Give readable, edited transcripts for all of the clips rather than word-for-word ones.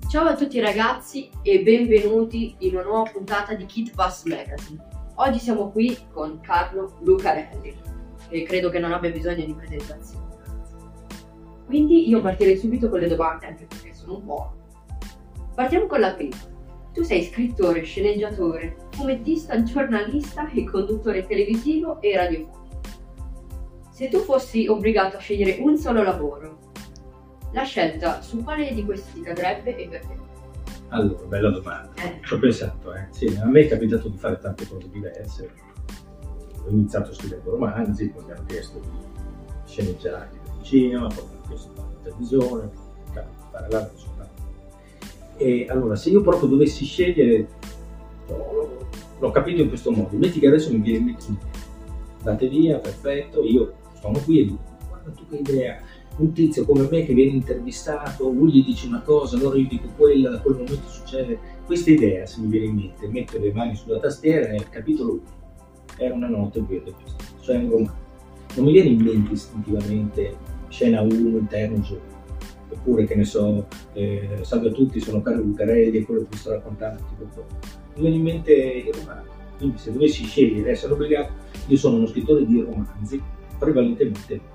Ciao a tutti ragazzi e benvenuti in una nuova puntata di Kid Bus Magazine. Oggi siamo qui con Carlo Lucarelli e credo che non abbia bisogno di presentazione. Quindi io partirei subito con le domande, anche perché sono un po'. Partiamo con la prima. Tu sei scrittore, sceneggiatore, fumettista, giornalista e conduttore televisivo e radiofonico. Se tu fossi obbligato a scegliere un solo lavoro, la scelta su quale di questi ti cadrebbe e perché? Allora, bella domanda. Ci ho pensato, Sì, a me è capitato di fare tante cose diverse. Ho iniziato scrivendo romanzi, poi mi hanno chiesto di sceneggiare di cinema, poi mi hanno chiesto di fare la televisione, di fare la radio. E allora, se io proprio dovessi scegliere, l'ho capito in questo modo. Metti che adesso mi viene in mente, andate via, perfetto, io sono qui e dico, guarda tu che idea, un tizio come me che viene intervistato, lui gli dice una cosa, allora io dico quella, da quel momento succede. Questa idea, se mi viene in mente, mettere le mani sulla tastiera è il capitolo 1. Era una notte buia del passato, cioè un romanzo. Non mi viene in mente istintivamente scena 1, interno gioco, oppure che ne so, salve a tutti, sono Carlo Lucarelli e quello che vi sto raccontando, tipo, mi viene in mente il romanzo. Quindi se dovessi scegliere, essere obbligato, io sono uno scrittore di romanzi, prevalentemente.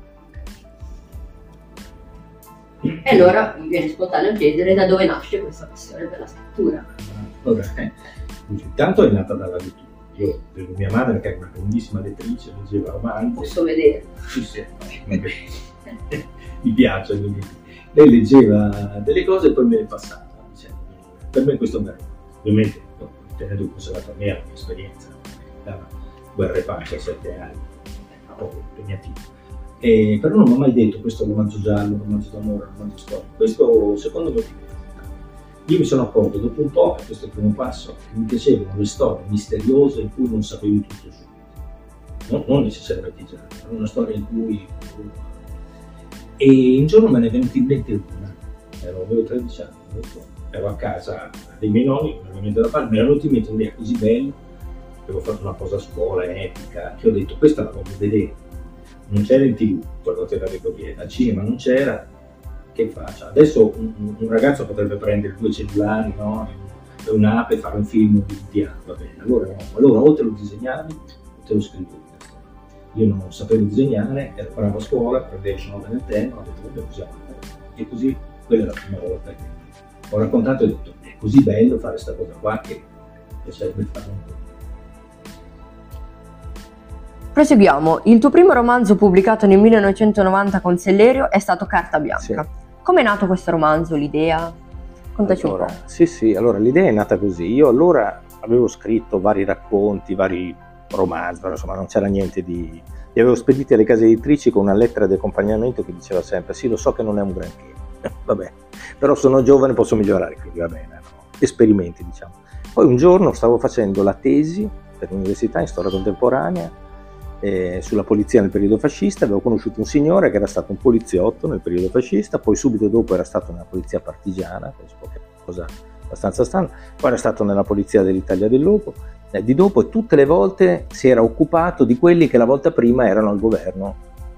E allora mi viene spontaneo chiedere da dove nasce questa passione per la scrittura. Allora, intanto è nata dalla lettura. Io vedo mia madre che è una grandissima lettrice, leggeva romanzi. Posso vedere? Sì, mi piace, quindi lei leggeva delle cose e poi me le passava. Per me questo è un vero. Ovviamente, tenendo conservato a me la mia esperienza, la guerra e pace a 7 anni, un po' impegnativo. Però non mi ha mai detto questo è un romanzo giallo, un romanzo d'amore, un romanzo storico. Questo secondo me io mi sono accorto dopo un po', e questo è il primo passo, che mi piacevano le storie misteriose in cui non sapevi tutto subito. Non necessariamente giallo, ma una storia in cui. E un giorno me ne è venuta in mente una, avevo 13 anni, ero a casa dei miei nonni, non avevo niente da fare, mi era venuta in mente un'idea così bella, avevo fatto una cosa a scuola epica, che ho detto questa la voglio vedere. Non c'era in TV, guardate la ricordiera, al cinema non c'era, che faccia? Adesso un ragazzo potrebbe prendere 2 cellulari, no? E un'app e fare un film di piano, va bene. Allora o te lo disegnavi o te lo scrivevi. Io non sapevo disegnare, ero bravo a scuola, prendevo 9 nel terno, ho detto vabbè usiamo. E così, quella è la prima volta che ho raccontato e ho detto è così bello fare questa cosa qua che piacerebbe farlo un po'. Proseguiamo. Il tuo primo romanzo pubblicato nel 1990 con Sellerio è stato Carta Bianca. Sì. Come è nato questo romanzo, l'idea? Contaci un po'. Sì, allora l'idea è nata così. Io allora avevo scritto vari racconti, vari romanzi, però insomma non c'era niente di. Li avevo spediti alle case editrici con una lettera di accompagnamento che diceva sempre sì, lo so che non è un granché, vabbè, però sono giovane, posso migliorare, quindi va bene, no? Esperimenti diciamo. Poi un giorno stavo facendo la tesi per l'università in storia contemporanea sulla polizia nel periodo fascista, avevo conosciuto un signore che era stato un poliziotto nel periodo fascista, poi subito dopo era stato nella polizia partigiana, cosa abbastanza strana, poi era stato nella polizia dell'Italia di dopo e tutte le volte si era occupato di quelli che la volta prima erano al governo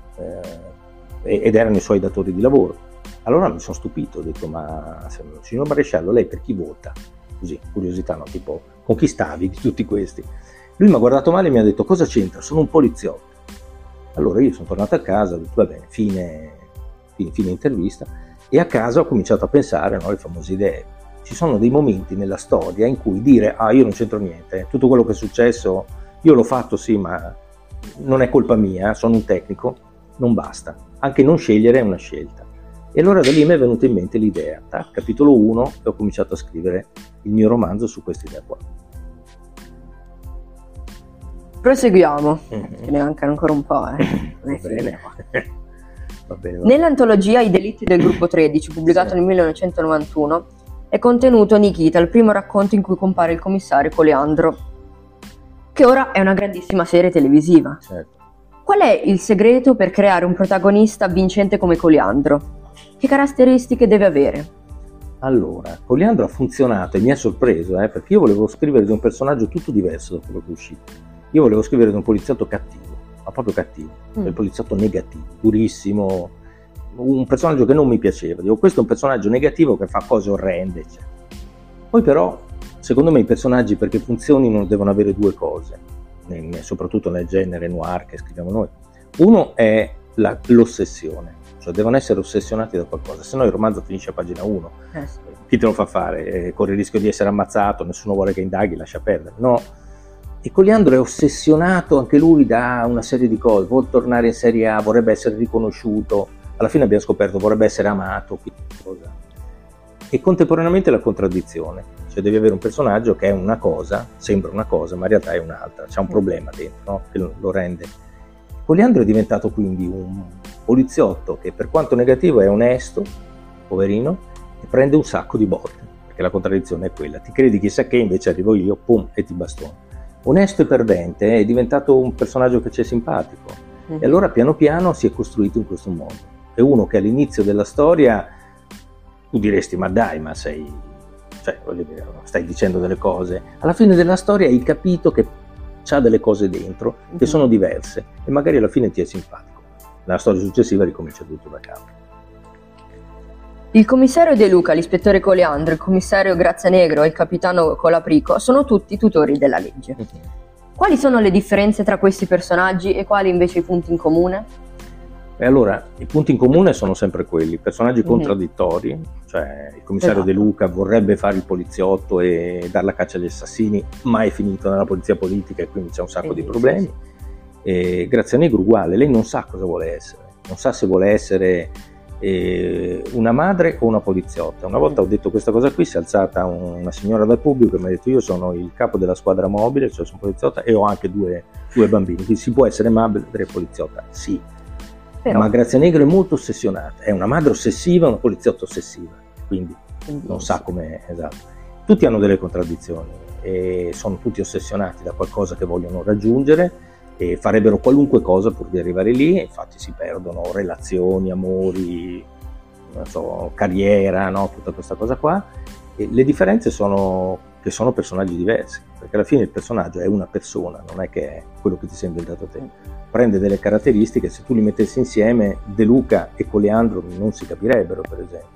ed erano i suoi datori di lavoro. Allora mi sono stupito, ho detto ma signor maresciallo lei per chi vota? Così, curiosità, no? Tipo con chi stavi di tutti questi? Lui mi ha guardato male e mi ha detto cosa c'entra? Sono un poliziotto. Allora io sono tornato a casa, ho detto va bene, fine intervista, e a casa ho cominciato a pensare, no, le famose idee. Ci sono dei momenti nella storia in cui dire io non c'entro niente, tutto quello che è successo io l'ho fatto sì, ma non è colpa mia, sono un tecnico, non basta. Anche non scegliere è una scelta. E allora da lì mi è venuta in mente l'idea, capitolo 1, e ho cominciato a scrivere il mio romanzo su questa idea qua. Proseguiamo, che ne mancano ancora un po'. Va bene. Va bene. Nell'antologia I delitti del gruppo 13, pubblicato nel 1991, è contenuto Nikita, il primo racconto in cui compare il commissario Coleandro, che ora è una grandissima serie televisiva. Certo. Qual è il segreto per creare un protagonista vincente come Coleandro? Che caratteristiche deve avere? Allora, Coleandro ha funzionato e mi ha sorpreso, perché io volevo scrivere di un personaggio tutto diverso da quello che è uscito. Io volevo scrivere di un poliziotto cattivo, ma proprio cattivo, del poliziotto negativo, durissimo, un personaggio che non mi piaceva, dico questo è un personaggio negativo che fa cose orrende, eccetera. Poi però, secondo me i personaggi perché funzionino devono avere due cose, soprattutto nel genere noir che scriviamo noi. Uno è l'ossessione, cioè devono essere ossessionati da qualcosa, se no il romanzo finisce a pagina 1. Chi te lo fa fare? Corre il rischio di essere ammazzato, nessuno vuole che indaghi, lascia perdere. No. E Coliandro è ossessionato anche lui da una serie di cose, vuole tornare in Serie A, vorrebbe essere riconosciuto, alla fine abbiamo scoperto vorrebbe essere amato, e contemporaneamente la contraddizione, cioè devi avere un personaggio che è una cosa, sembra una cosa, ma in realtà è un'altra, c'è un problema dentro, no? Che lo rende. Coliandro è diventato quindi un poliziotto che per quanto negativo è onesto, poverino, e prende un sacco di botte, perché la contraddizione è quella, ti credi chissà che, invece arrivo io, pum, e ti bastono. Onesto e perdente è diventato un personaggio che ci è simpatico, e allora piano piano si è costruito in questo modo. È uno che all'inizio della storia tu diresti ma dai, ma sei, cioè voglio dire, stai dicendo delle cose, alla fine della storia hai capito che c'ha delle cose dentro che sono diverse e magari alla fine ti è simpatico. Nella storia successiva ricomincia tutto da capo. Il commissario De Luca, l'ispettore Coliandro, il commissario Grazianegro e il capitano Colaprico sono tutti tutori della legge. Quali sono le differenze tra questi personaggi e quali invece i punti in comune? E allora, i punti in comune sono sempre quelli, personaggi contraddittori, cioè il commissario De Luca vorrebbe fare il poliziotto e dar la caccia agli assassini, ma è finito nella polizia politica e quindi c'è un sacco di problemi. E Grazianegro uguale, lei non sa cosa vuole essere, non sa se vuole essere una madre o una poliziotta. Una volta ho detto questa cosa qui, si è alzata una signora dal pubblico e mi ha detto io sono il capo della squadra mobile, cioè sono poliziotta e ho anche due bambini, quindi si può essere madre e poliziotta, sì. Però. Ma Grazianegro è molto ossessionata, è una madre ossessiva, una poliziotta ossessiva, quindi non sa come, esatto. Tutti hanno delle contraddizioni e sono tutti ossessionati da qualcosa che vogliono raggiungere e farebbero qualunque cosa pur di arrivare lì, e infatti si perdono relazioni, amori, non so, carriera, no? Tutta questa cosa qua. E le differenze sono che sono personaggi diversi, perché alla fine il personaggio è una persona, non è che è quello che ti sei inventato te. Prende delle caratteristiche, se tu li mettessi insieme, De Luca e Coliandro non si capirebbero, per esempio.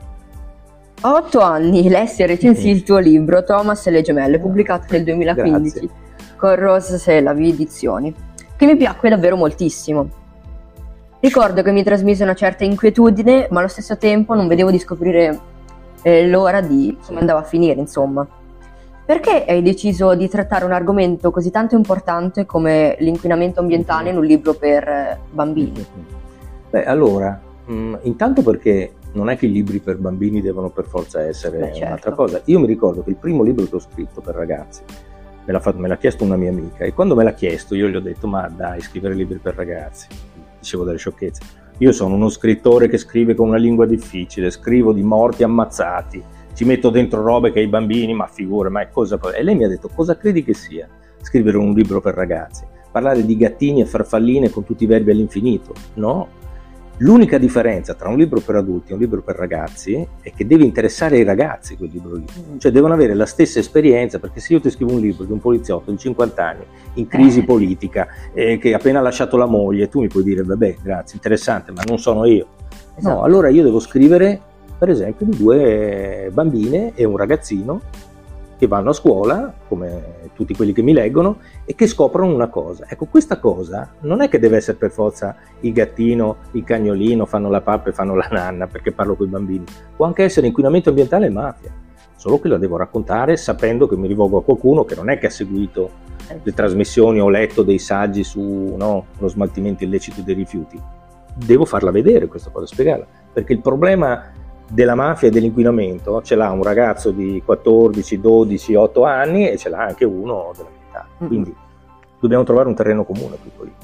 A 8 anni lessi e recensì il tuo libro Thomas e le gemelle, pubblicato nel 2015. Grazie. Con Rose e la V Edizioni, che mi piacque davvero moltissimo. Ricordo che mi trasmise una certa inquietudine, ma allo stesso tempo non vedevo di scoprire l'ora di come andava a finire, insomma. Perché hai deciso di trattare un argomento così tanto importante come l'inquinamento ambientale in un libro per bambini? Beh, allora, intanto perché non è che i libri per bambini devono per forza essere un'altra cosa. Io mi ricordo che il primo libro che ho scritto per ragazzi me l'ha chiesto una mia amica, e quando me l'ha chiesto io gli ho detto ma dai, scrivere libri per ragazzi, dicevo delle sciocchezze, io sono uno scrittore che scrive con una lingua difficile, scrivo di morti ammazzati, ci metto dentro robe che ai bambini, ma figura, ma è cosa. E lei mi ha detto cosa credi che sia scrivere un libro per ragazzi, parlare di gattini e farfalline con tutti i verbi all'infinito? No. L'unica differenza tra un libro per adulti e un libro per ragazzi è che deve interessare ai ragazzi quel libro lì, cioè devono avere la stessa esperienza, perché se io ti scrivo un libro di un poliziotto di 50 anni in crisi politica che ha appena lasciato la moglie, tu mi puoi dire vabbè grazie, interessante, ma non sono io. Esatto. No, allora io devo scrivere per esempio di 2 bambine e un ragazzino che vanno a scuola, come tutti quelli che mi leggono, e che scoprono una cosa. Ecco, questa cosa non è che deve essere per forza il gattino, il cagnolino, fanno la pappa e fanno la nanna, perché parlo con i bambini. Può anche essere inquinamento ambientale e mafia, solo che la devo raccontare sapendo che mi rivolgo a qualcuno che non è che ha seguito le trasmissioni o letto dei saggi su lo smaltimento illecito dei rifiuti. Devo farla vedere questa cosa, spiegarla, perché il problema della mafia e dell'inquinamento ce l'ha un ragazzo di 14, 12, 8 anni e ce l'ha anche uno della mia età, quindi dobbiamo trovare un terreno comune tutto lì.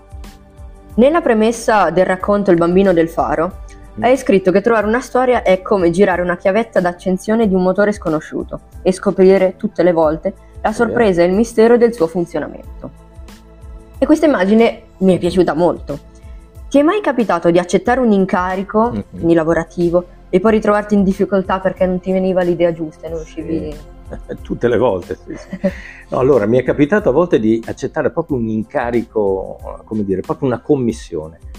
Nella premessa del racconto Il bambino del faro hai scritto che trovare una storia è come girare una chiavetta d'accensione di un motore sconosciuto e scoprire tutte le volte la sorpresa e il mistero del suo funzionamento. E questa immagine mi è piaciuta molto. Ti è mai capitato di accettare un incarico, quindi lavorativo, e poi ritrovarti in difficoltà perché non ti veniva l'idea giusta e non riuscivi? Tutte le volte, sì. No, allora mi è capitato a volte di accettare proprio un incarico, come dire, proprio una commissione.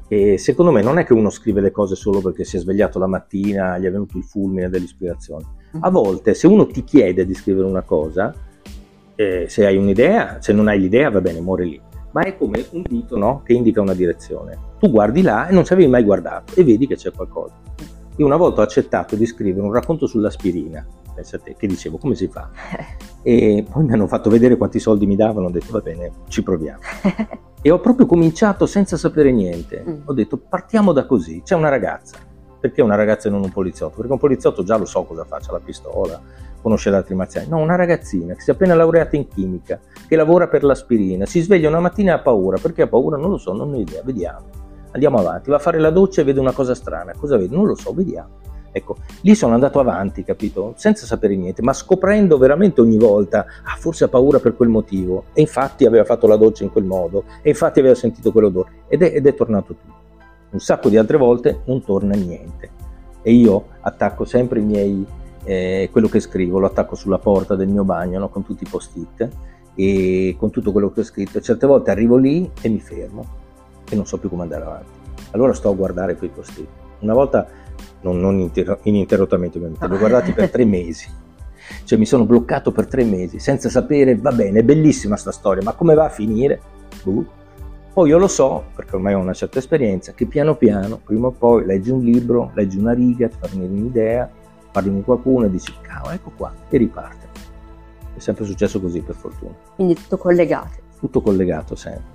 E secondo me non è che uno scrive le cose solo perché si è svegliato la mattina, gli è venuto il fulmine dell'ispirazione. A volte, se uno ti chiede di scrivere una cosa, se hai un'idea, se non hai l'idea va bene, muore lì. Ma è come un dito, no? Che indica una direzione. Tu guardi là e non ci avevi mai guardato e vedi che c'è qualcosa. Io una volta ho accettato di scrivere un racconto sull'aspirina, pensa a te, che dicevo come si fa. E poi mi hanno fatto vedere quanti soldi mi davano, ho detto va bene, ci proviamo. E ho proprio cominciato senza sapere niente. Ho detto partiamo da così, c'è una ragazza. Perché una ragazza e non un poliziotto? Perché un poliziotto già lo so cosa fa, c'ha la pistola, conosce le arti marziali. No, una ragazzina che si è appena laureata in chimica, che lavora per l'aspirina, si sveglia una mattina e ha paura. Perché ha paura? Non lo so, non ho idea, vediamo. Andiamo avanti, va a fare la doccia e vede una cosa strana. Cosa vede? Non lo so, vediamo. Ecco, lì sono andato avanti, capito? Senza sapere niente, ma scoprendo veramente ogni volta, forse ha paura per quel motivo, e infatti aveva fatto la doccia in quel modo, e infatti aveva sentito quell'odore, ed è tornato tutto. Un sacco di altre volte non torna niente. E io attacco sempre i miei, quello che scrivo, lo attacco sulla porta del mio bagno, no? Con tutti i post-it, e con tutto quello che ho scritto, e certe volte arrivo lì e mi fermo, e non so più come andare avanti. Allora sto a guardare quei post-it. Una volta, non ininterrottamente ovviamente, li ho guardati per 3 mesi. Cioè mi sono bloccato per 3 mesi, senza sapere, va bene, è bellissima sta storia, ma come va a finire? Poi io lo so, perché ormai ho una certa esperienza, che piano piano, prima o poi, leggi un libro, leggi una riga, ti fa venire un'idea, parli con qualcuno e dici, cavolo, ecco qua, e riparte. È sempre successo così, per fortuna. Quindi tutto collegato. Tutto collegato sempre.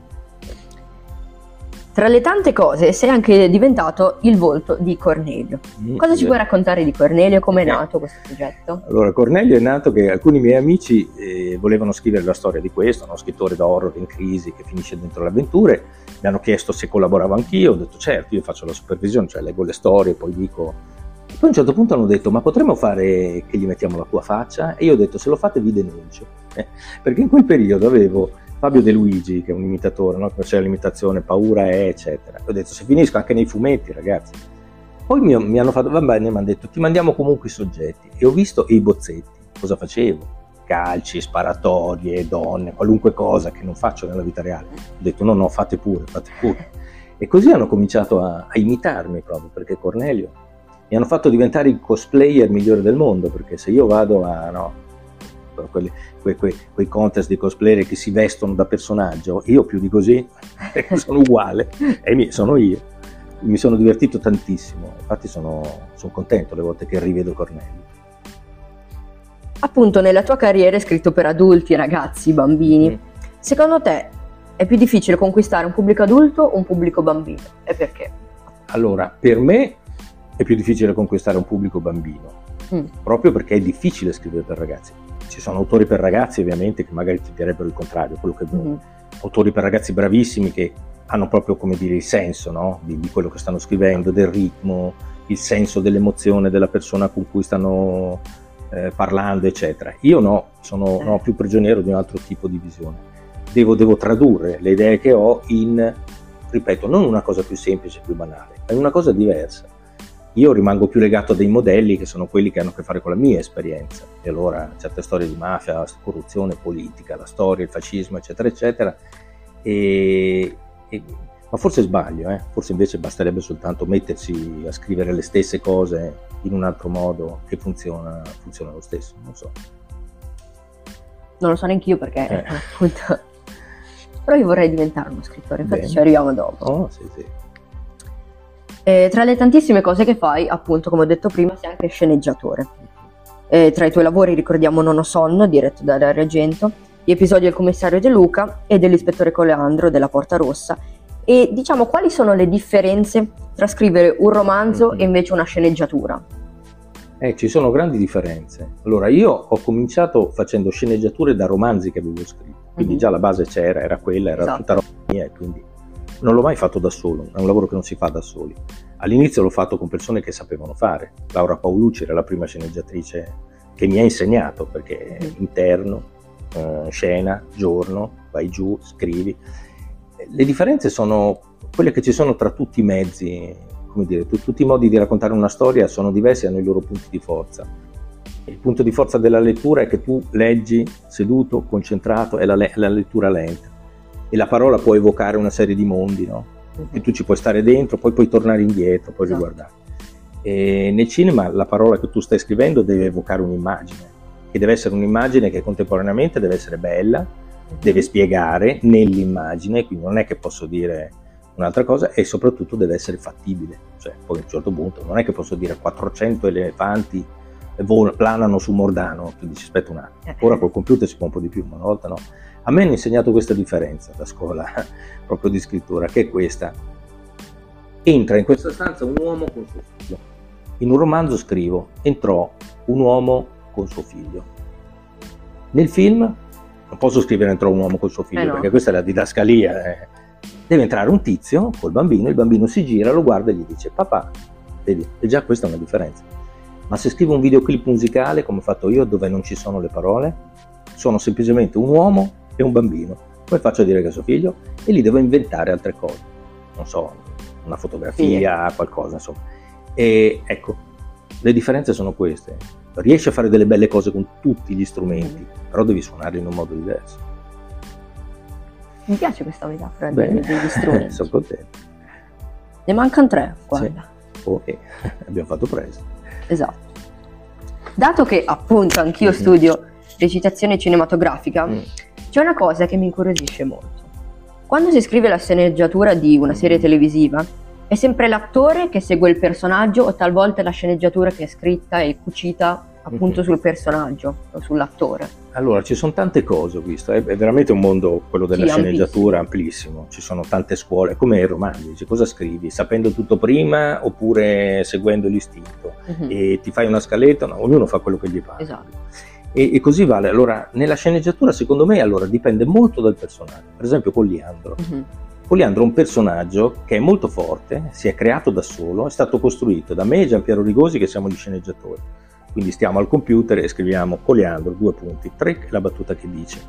Tra le tante cose sei anche diventato il volto di Cornelio. Cosa ci puoi raccontare di Cornelio? Come è nato questo progetto? Allora, Cornelio è nato che alcuni miei amici volevano scrivere la storia di questo, uno scrittore d'horror in crisi che finisce dentro le avventure. Mi hanno chiesto se collaboravo anch'io, ho detto certo, io faccio la supervisione, cioè leggo le storie, poi dico. E poi a un certo punto hanno detto, ma potremmo fare che gli mettiamo la tua faccia? E io ho detto, se lo fate vi denuncio. Perché in quel periodo avevo Fabio De Luigi, che è un imitatore, no? Che faceva l'imitazione, paura è, eccetera. Ho detto, se finisco anche nei fumetti, ragazzi. Poi mi hanno fatto, va bene, mi hanno detto, ti mandiamo comunque i soggetti. E ho visto i bozzetti, cosa facevo? Calci, sparatorie, donne, qualunque cosa che non faccio nella vita reale. Ho detto, no, fate pure. E così hanno cominciato a imitarmi proprio, perché Cornelio mi hanno fatto diventare il cosplayer migliore del mondo, perché se io vado a, no, quei contest di cosplayer che si vestono da personaggio, io più di così sono uguale e sono io. Mi sono divertito tantissimo, infatti sono contento le volte che rivedo Cornelio. Appunto, nella tua carriera hai scritto per adulti, ragazzi, bambini. Secondo te è più difficile conquistare un pubblico adulto o un pubblico bambino? E perché? Allora, per me è più difficile conquistare un pubblico bambino, proprio perché è difficile scrivere per ragazzi. Ci sono autori per ragazzi ovviamente che magari ti direbbero il contrario, quello che vuoi. Autori per ragazzi bravissimi che hanno proprio, come dire, il senso, no? di quello che stanno scrivendo, del ritmo, il senso dell'emozione della persona con cui stanno parlando, eccetera. Io no, sono più prigioniero di un altro tipo di visione. Devo tradurre le idee che ho in, ripeto, non una cosa più semplice, più banale, ma in una cosa diversa. Io rimango più legato a dei modelli che sono quelli che hanno a che fare con la mia esperienza, e allora certe storie di mafia, corruzione, politica, la storia, il fascismo, eccetera, eccetera, ma forse sbaglio, forse invece basterebbe soltanto mettersi a scrivere le stesse cose in un altro modo che funziona lo stesso, non so. Non lo so neanche io perché appunto. Però io vorrei diventare uno scrittore, infatti Bene. Ci arriviamo dopo. Oh, sì. Tra le tantissime cose che fai, appunto, come ho detto prima, sei anche sceneggiatore. Tra i tuoi lavori ricordiamo Non ho sonno, diretto da Dario Argento, gli episodi del commissario De Luca e dell'ispettore Coleandro della Porta Rossa. E diciamo, quali sono le differenze tra scrivere un romanzo e invece una sceneggiatura? Ci sono grandi differenze. Allora, io ho cominciato facendo sceneggiature da romanzi che avevo scritto, quindi già la base c'era, era quella, era tutta roba mia, quindi non l'ho mai fatto da solo, è un lavoro che non si fa da soli. All'inizio l'ho fatto con persone che sapevano fare. Laura Paolucci era la prima sceneggiatrice che mi ha insegnato, perché interno, scena, giorno, vai giù, scrivi. Le differenze sono quelle che ci sono tra tutti i mezzi, come dire, tutti i modi di raccontare una storia sono diversi, hanno i loro punti di forza. Il punto di forza della lettura è che tu leggi seduto, concentrato, è la lettura lenta. E la parola può evocare una serie di mondi, no? che tu ci puoi stare dentro, poi puoi tornare indietro, poi riguardare. E nel cinema la parola che tu stai scrivendo deve evocare un'immagine, che deve essere un'immagine che contemporaneamente deve essere bella, deve spiegare nell'immagine, quindi non è che posso dire un'altra cosa, e soprattutto deve essere fattibile, cioè poi a un certo punto non è che posso dire 400 elefanti planano su Mordano, tu dici aspetta un attimo, ora col computer si può un po' di più, ma una volta no. A me hanno insegnato questa differenza da scuola proprio di scrittura, che è questa: entra in questa stanza un uomo con suo figlio. In un romanzo scrivo entrò un uomo con suo figlio. Nel film non posso scrivere entrò un uomo con suo figlio, perché questa è la didascalia. Deve entrare un tizio col bambino, il bambino si gira, lo guarda e gli dice papà. Vedi, e già questa è una differenza. Ma se scrivo un videoclip musicale come ho fatto io, dove non ci sono le parole, sono semplicemente un uomo e un bambino, come faccio a dire che è suo figlio? E lì devo inventare altre cose, non so, una fotografia, qualcosa, insomma. E ecco, le differenze sono queste: riesci a fare delle belle cose con tutti gli strumenti, però devi suonarli in un modo diverso. Mi piace questa metafora degli strumenti. Sono contento. Ne mancano 3, guarda. Sì. Abbiamo fatto presto. Esatto. Dato che appunto anch'io studio recitazione cinematografica, c'è una cosa che mi incuriosisce molto. Quando si scrive la sceneggiatura di una serie televisiva, è sempre l'attore che segue il personaggio o talvolta la sceneggiatura che è scritta e cucita appunto sul personaggio o sull'attore? Allora, ci sono tante cose, ho visto, è veramente un mondo, quello della sceneggiatura, amplissimo. Ci sono tante scuole, come i romanzi, dici, cosa scrivi? Sapendo tutto prima oppure seguendo l'istinto? E ti fai una scaletta? No, ognuno fa quello che gli pare. Esatto. E così vale. Allora, nella sceneggiatura, secondo me, allora dipende molto dal personaggio. Per esempio, Coliandro. Coliandro è un personaggio che è molto forte, si è creato da solo, è stato costruito da me e Giampiero Rigosi, che siamo gli sceneggiatori. Quindi stiamo al computer e scriviamo Coliandro, 2 punti, 3, la battuta che dice.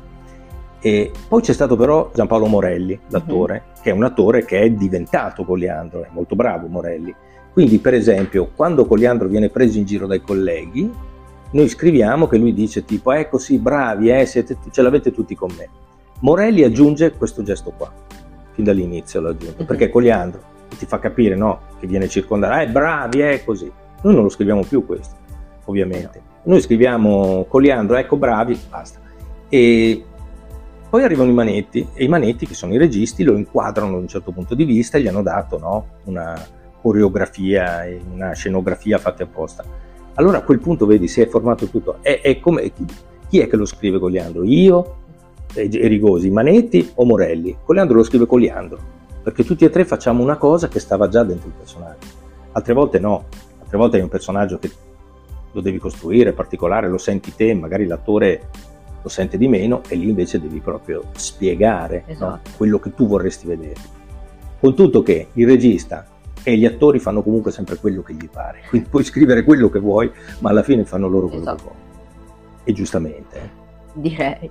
E poi c'è stato però Giampaolo Morelli, l'attore, che è un attore che è diventato Coliandro, è molto bravo Morelli. Quindi, per esempio, quando Coliandro viene preso in giro dai colleghi, noi scriviamo che lui dice tipo ecco sì, bravi, ce l'avete tutti con me. Morelli aggiunge questo gesto qua, fin dall'inizio l'ha aggiunto, perché Coliandro ti fa capire, no, che viene circondato, bravi, così. Noi non lo scriviamo più questo, ovviamente. Noi scriviamo Coliandro, ecco bravi, basta. E poi arrivano i Manetti, e i Manetti, che sono i registi, lo inquadrano da un certo punto di vista e gli hanno dato, no, una coreografia e una scenografia fatte apposta. Allora a quel punto vedi, si è formato tutto. È come, chi è che lo scrive Coliandro? Io, e Rigosi, Manetti o Morelli? Coliandro lo scrive Coliandro, perché tutti e tre facciamo una cosa che stava già dentro il personaggio. Altre volte no, altre volte è un personaggio che lo devi costruire, particolare, lo senti te, magari l'attore lo sente di meno, e lì invece devi proprio spiegare, no, quello che tu vorresti vedere. Con tutto che il regista e gli attori fanno comunque sempre quello che gli pare, quindi puoi scrivere quello che vuoi, ma alla fine fanno loro quello che vogliono. E giustamente. Direi.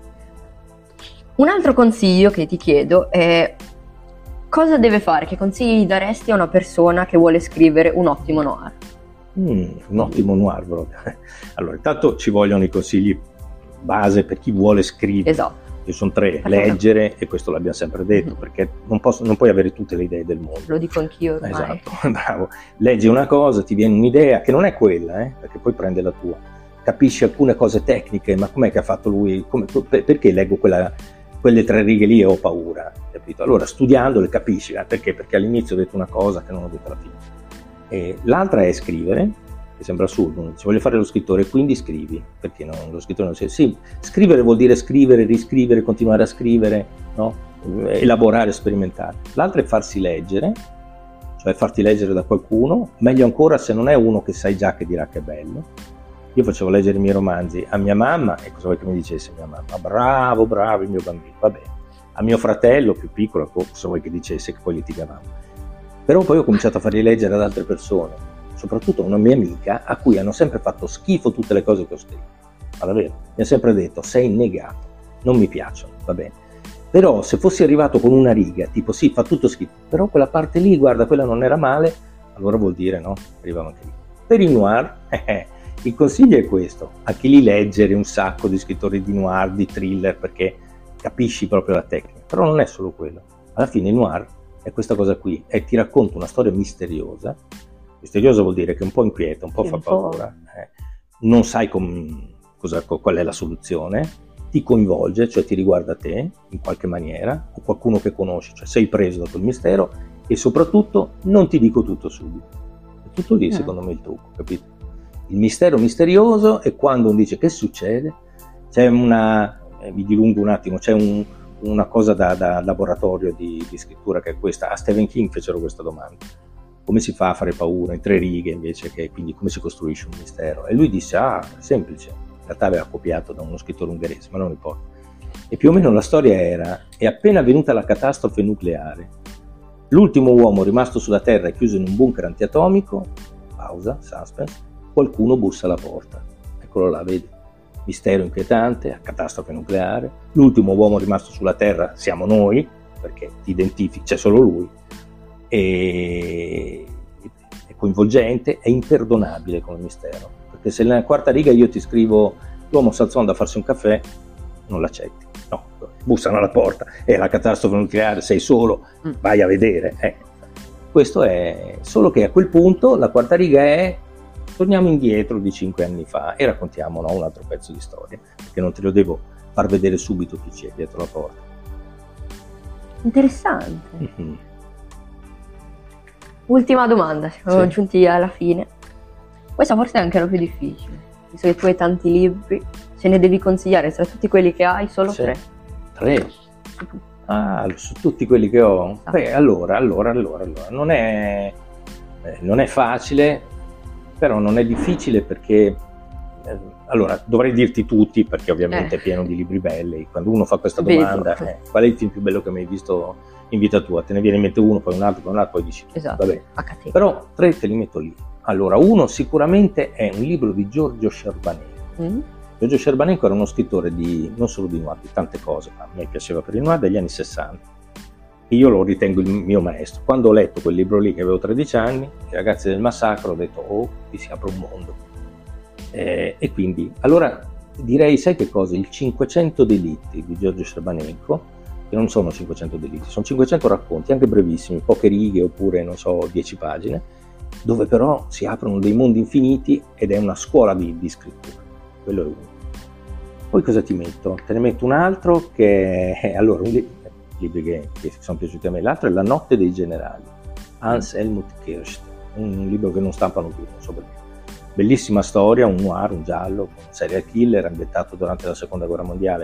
Un altro consiglio che ti chiedo è cosa deve fare, che consigli daresti a una persona che vuole scrivere un ottimo noir? Un ottimo noir proprio. Allora, intanto ci vogliono i consigli base per chi vuole scrivere. Esatto. Che sono 3: leggere, e questo l'abbiamo sempre detto, perché non puoi avere tutte le idee del mondo. Lo dico anch'io ormai. Esatto, bravo. Leggi una cosa, ti viene un'idea che non è quella, perché poi prende la tua. Capisci alcune cose tecniche, ma com'è che ha fatto lui? Perché leggo quelle 3 righe lì e ho paura, capito? Allora, studiandole capisci, perché? Perché all'inizio ho detto una cosa che non ho detto alla fine. E l'altra è scrivere, che sembra assurdo, ci voglio fare lo scrittore, quindi scrivi, perché no? Lo scrittore non si... Sì, scrivere vuol dire scrivere, riscrivere, continuare a scrivere, no? Elaborare, sperimentare. L'altra è farsi leggere, cioè farti leggere da qualcuno, meglio ancora se non è uno che sai già che dirà che è bello. Io facevo leggere i miei romanzi a mia mamma, e cosa vuoi che mi dicesse mia mamma? Bravo, bravo il mio bambino, va bene. A mio fratello più piccolo, cosa vuoi che dicesse, che poi litigavamo. Però poi ho cominciato a farli leggere ad altre persone, soprattutto una mia amica a cui hanno sempre fatto schifo tutte le cose che ho scritto. Ma davvero, mi ha sempre detto sei negato, non mi piacciono, va bene. Però se fossi arrivato con una riga, tipo sì, fa tutto schifo, però quella parte lì, guarda, quella non era male, allora vuol dire no, arrivavo anche lì. Per il noir, il consiglio è questo: a chi li leggere un sacco di scrittori di noir, di thriller, perché capisci proprio la tecnica. Però non è solo quello. Alla fine il noir è questa cosa qui, e ti racconto una storia misteriosa. Misteriosa vuol dire che un po' inquieta, un po' fa paura, non sai qual è la soluzione, ti coinvolge, cioè ti riguarda te in qualche maniera, o qualcuno che conosci, cioè sei preso da quel mistero, e soprattutto non ti dico tutto subito. È tutto lì secondo me il trucco, capito? Il mistero misterioso è quando uno dice che succede, c'è mi dilungo un attimo, c'è una cosa da laboratorio di scrittura che è questa. A Stephen King fecero questa domanda: come si fa a fare paura in 3 righe invece che, quindi come si costruisce un mistero? E lui disse, è semplice. In realtà aveva copiato da uno scrittore ungherese, ma non importa. E più o meno la storia è appena avvenuta la catastrofe nucleare, l'ultimo uomo rimasto sulla Terra è chiuso in un bunker antiatomico, pausa, suspense, qualcuno bussa alla porta. Eccolo là, vedi? Mistero inquietante, catastrofe nucleare, l'ultimo uomo rimasto sulla Terra siamo noi, perché ti identifichi, c'è solo lui, è coinvolgente, è imperdonabile come mistero, perché se nella quarta riga io ti scrivo l'uomo si alzò da farsi un caffè, non l'accetti, no, bussano alla porta, è la catastrofe nucleare, sei solo, vai a vedere, questo è, solo che a quel punto la quarta riga è torniamo indietro di 5 anni fa e raccontiamo un altro pezzo di storia, perché non te lo devo far vedere subito chi c'è dietro la porta. Interessante. Ultima domanda, siamo giunti alla fine. Questa forse è anche la più difficile, visto che tu hai tanti libri, ce ne devi consigliare tra tutti quelli che hai solo 3. 3? Su tutti quelli che ho? Beh, allora, non è facile, però non è difficile perché, allora, dovrei dirti tutti perché ovviamente è pieno di libri belli. Quando uno fa questa domanda, qual è il film più bello che mi hai visto in vita tua? Te ne viene in mente uno, poi un altro, poi dici, esatto, vabbè. Però 3 te li metto lì. Allora, uno sicuramente è un libro di Giorgio Scerbanenko. Giorgio Scerbanenko era uno scrittore non solo di noir, di tante cose, ma a me piaceva per il noir degli anni 60. Io lo ritengo il mio maestro. Quando ho letto quel libro lì, che avevo 13 anni, I ragazzi del massacro, ho detto, qui si apre un mondo. E quindi, allora, direi, sai che cosa? Il 500 delitti di Giorgio Scerbanenko, che non sono 500 delitti, sono 500 racconti, anche brevissimi, poche righe, oppure, 10 pagine, dove però si aprono dei mondi infiniti ed è una scuola di scrittura. Quello è uno. Poi cosa ti metto? Te ne metto un altro che è, allora, libri che sono piaciuti a me. L'altro è La notte dei generali, Hans Helmut Kirst, un libro che non stampano più, non so perché. Bellissima storia, un noir, un giallo, un serial killer ambientato durante la seconda guerra mondiale.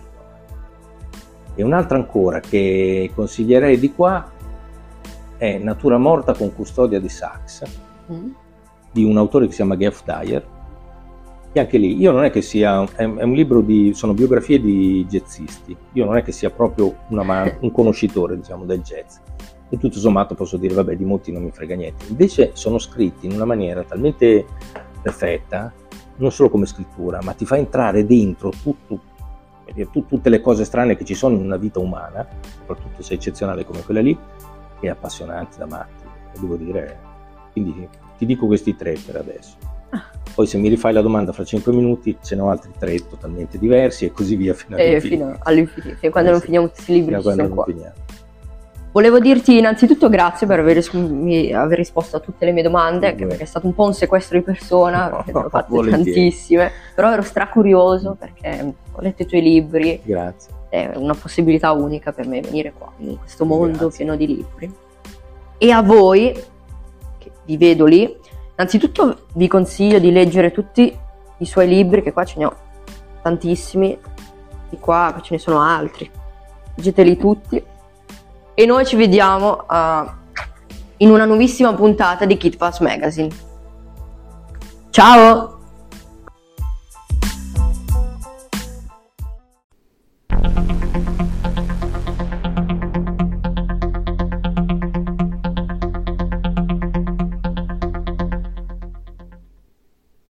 E un'altra ancora che consiglierei di qua è Natura morta con custodia di Sachs, di un autore che si chiama Geoff Dyer. E anche lì, io non è che sia, è un libro sono biografie di jazzisti, io non è che sia proprio un conoscitore, del jazz, e tutto sommato posso dire, vabbè, di molti non mi frega niente, invece sono scritti in una maniera talmente perfetta, non solo come scrittura, ma ti fa entrare dentro tutte le cose strane che ci sono in una vita umana, soprattutto se è eccezionale come quella lì, è appassionante da matti, devo dire, quindi ti dico questi 3 per adesso. Poi se mi rifai la domanda fra 5 minuti ce ne ho altri 3 totalmente diversi e così via fino all'infinito, fino quando non finiamo tutti i libri. Quando non finiamo. Volevo dirti innanzitutto grazie per aver risposto a tutte le mie domande, perché è stato un po' un sequestro di persona, perché ne ho fatte tantissime, però ero stracurioso perché ho letto i tuoi libri. Grazie. È una possibilità unica per me venire qua, in questo mondo pieno di libri. E a voi, che vi vedo lì, innanzitutto vi consiglio di leggere tutti i suoi libri, che qua ce ne ho tantissimi, di qua ce ne sono altri, leggeteli tutti e noi ci vediamo in una nuovissima puntata di Kid Pass Magazine. Ciao!